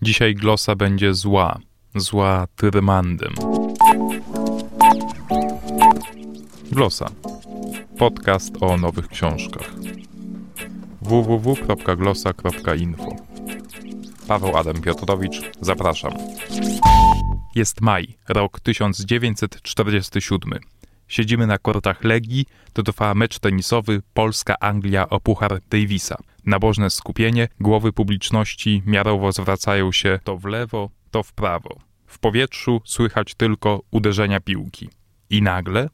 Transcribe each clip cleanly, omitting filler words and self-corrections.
Dzisiaj glosa będzie zła Tyrmandem. Glosa. Podcast o nowych książkach. www.glosa.info. Paweł Adam Piotrowicz, zapraszam. Jest maj, rok 1947. Siedzimy na kortach Legii, to trwa mecz tenisowy Polska-Anglia o Puchar Davisa. Nabożne skupienie, głowy publiczności miarowo zwracają się to w lewo, to w prawo. W powietrzu słychać tylko uderzenia piłki. I nagle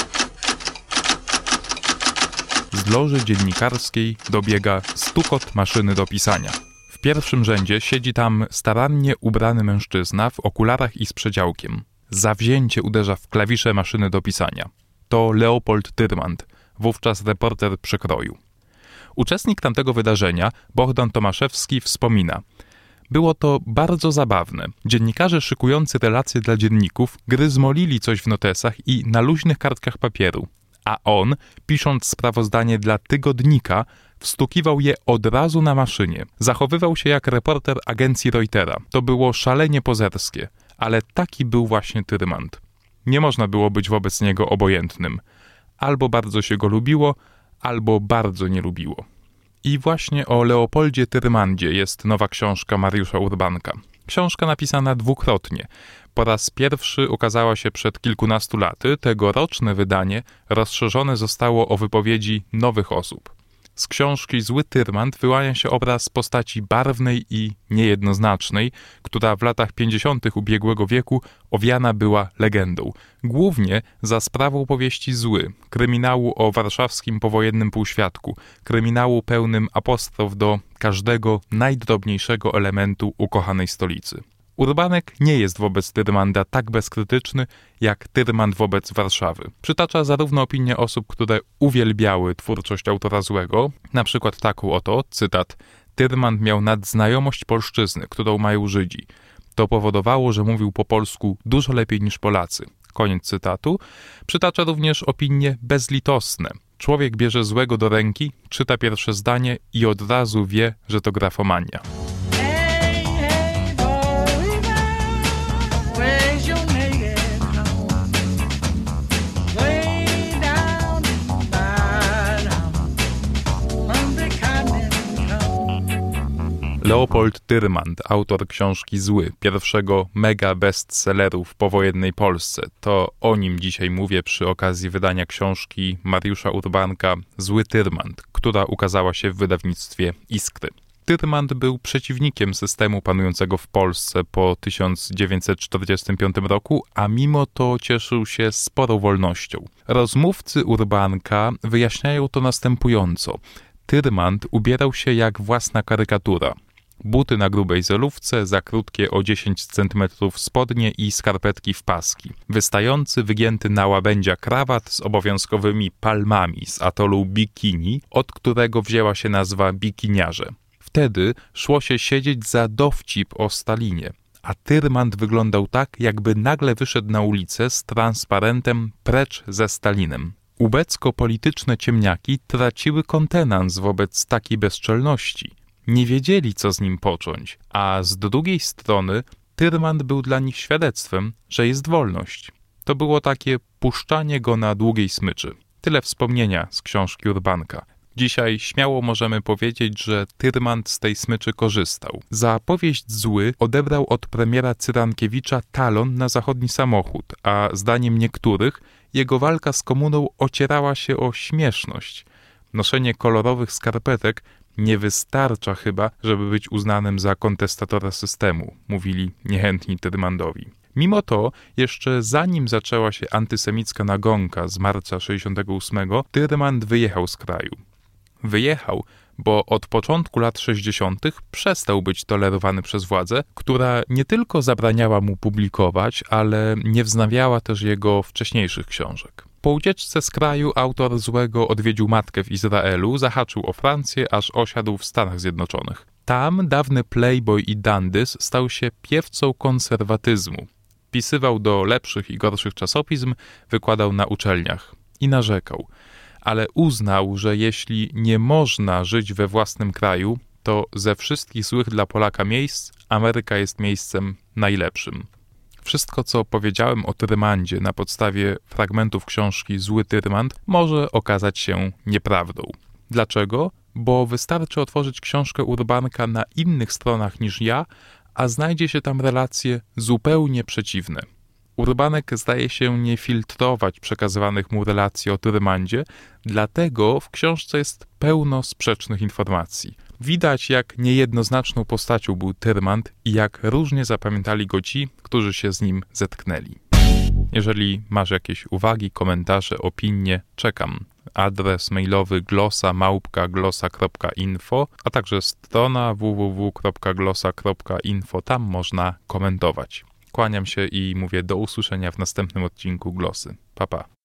z loży dziennikarskiej dobiega stukot maszyny do pisania. W pierwszym rzędzie siedzi tam starannie ubrany mężczyzna w okularach i z przedziałkiem. Zawzięcie uderza w klawisze maszyny do pisania. To Leopold Tyrmand, wówczas reporter przekroju. Uczestnik tamtego wydarzenia, Bohdan Tomaszewski, wspomina: było to bardzo zabawne. Dziennikarze szykujący relacje dla dzienników gryzmolili coś w notesach i na luźnych kartkach papieru, a on, pisząc sprawozdanie dla tygodnika, wstukiwał je od razu na maszynie. Zachowywał się jak reporter agencji Reutera. To było szalenie pozerskie, ale taki był właśnie Tyrmand. Nie można było być wobec niego obojętnym. Albo bardzo się go lubiło, albo bardzo nie lubiło. I właśnie o Leopoldzie Tyrmandzie jest nowa książka Mariusza Urbanka. Książka napisana dwukrotnie. Po raz pierwszy ukazała się przed kilkunastu laty. Tegoroczne wydanie rozszerzone zostało o wypowiedzi nowych osób. Z książki Zły Tyrmand wyłania się obraz postaci barwnej i niejednoznacznej, która w latach 50. ubiegłego wieku owiana była legendą. Głównie za sprawą powieści Zły, kryminału o warszawskim powojennym półświadku, kryminału pełnym apostrof do każdego najdrobniejszego elementu ukochanej stolicy. Urbanek nie jest wobec Tyrmanda tak bezkrytyczny, jak Tyrmand wobec Warszawy. Przytacza zarówno opinie osób, które uwielbiały twórczość autora Złego, na przykład taką oto, cytat: Tyrmand miał nadznajomość polszczyzny, którą mają Żydzi. To powodowało, że mówił po polsku dużo lepiej niż Polacy. Koniec cytatu. Przytacza również opinie bezlitosne. Człowiek bierze Złego do ręki, czyta pierwsze zdanie i od razu wie, że to grafomania. Leopold Tyrmand, autor książki Zły, pierwszego mega bestselleru w powojennej Polsce. To o nim dzisiaj mówię przy okazji wydania książki Mariusza Urbanka Zły Tyrmand, która ukazała się w wydawnictwie Iskry. Tyrmand był przeciwnikiem systemu panującego w Polsce po 1945 roku, a mimo to cieszył się sporą wolnością. Rozmówcy Urbanka wyjaśniają to następująco. Tyrmand ubierał się jak własna karykatura. Buty na grubej zelówce, za krótkie o 10 cm spodnie i skarpetki w paski. Wystający, wygięty na łabędzia krawat z obowiązkowymi palmami z atolu Bikini, od którego wzięła się nazwa bikiniarze. Wtedy szło się siedzieć za dowcip o Stalinie, a Tyrmand wyglądał tak, jakby nagle wyszedł na ulicę z transparentem precz ze Stalinem. Ubecko-polityczne ciemniaki traciły kontenans wobec takiej bezczelności. Nie wiedzieli, co z nim począć, a z drugiej strony Tyrmand był dla nich świadectwem, że jest wolność. To było takie puszczanie go na długiej smyczy. Tyle wspomnienia z książki Urbanka. Dzisiaj śmiało możemy powiedzieć, że Tyrmand z tej smyczy korzystał. Za powieść Zły odebrał od premiera Cyrankiewicza talon na zachodni samochód, a zdaniem niektórych jego walka z komuną ocierała się o śmieszność. Noszenie kolorowych skarpetek nie wystarcza chyba, żeby być uznanym za kontestatora systemu, mówili niechętni Tyrmandowi. Mimo to, jeszcze zanim zaczęła się antysemicka nagonka z marca 68, Tyrmand wyjechał z kraju. Wyjechał, bo od początku lat 60. przestał być tolerowany przez władzę, która nie tylko zabraniała mu publikować, ale nie wznawiała też jego wcześniejszych książek. Po ucieczce z kraju autor Złego odwiedził matkę w Izraelu, zahaczył o Francję, aż osiadł w Stanach Zjednoczonych. Tam dawny playboy i dandys stał się piewcą konserwatyzmu. Pisywał do lepszych i gorszych czasopism, wykładał na uczelniach i narzekał. Ale uznał, że jeśli nie można żyć we własnym kraju, to ze wszystkich złych dla Polaka miejsc Ameryka jest miejscem najlepszym. Wszystko, co powiedziałem o Tyrymandzie na podstawie fragmentów książki Zły Tyrmand, może okazać się nieprawdą. Dlaczego? Bo wystarczy otworzyć książkę Urbanka na innych stronach niż ja, a znajdzie się tam relacje zupełnie przeciwne. Urbanek zdaje się nie filtrować przekazywanych mu relacji o Tyrymandzie, dlatego w książce jest pełno sprzecznych informacji. Widać, jak niejednoznaczną postacią był Tyrmand i jak różnie zapamiętali go ci, którzy się z nim zetknęli. Jeżeli masz jakieś uwagi, komentarze, opinie, czekam. Adres mailowy glossa@glossa.info, a także strona www.glossa.info. Tam można komentować. Kłaniam się i mówię do usłyszenia w następnym odcinku Glossy. Pa, pa.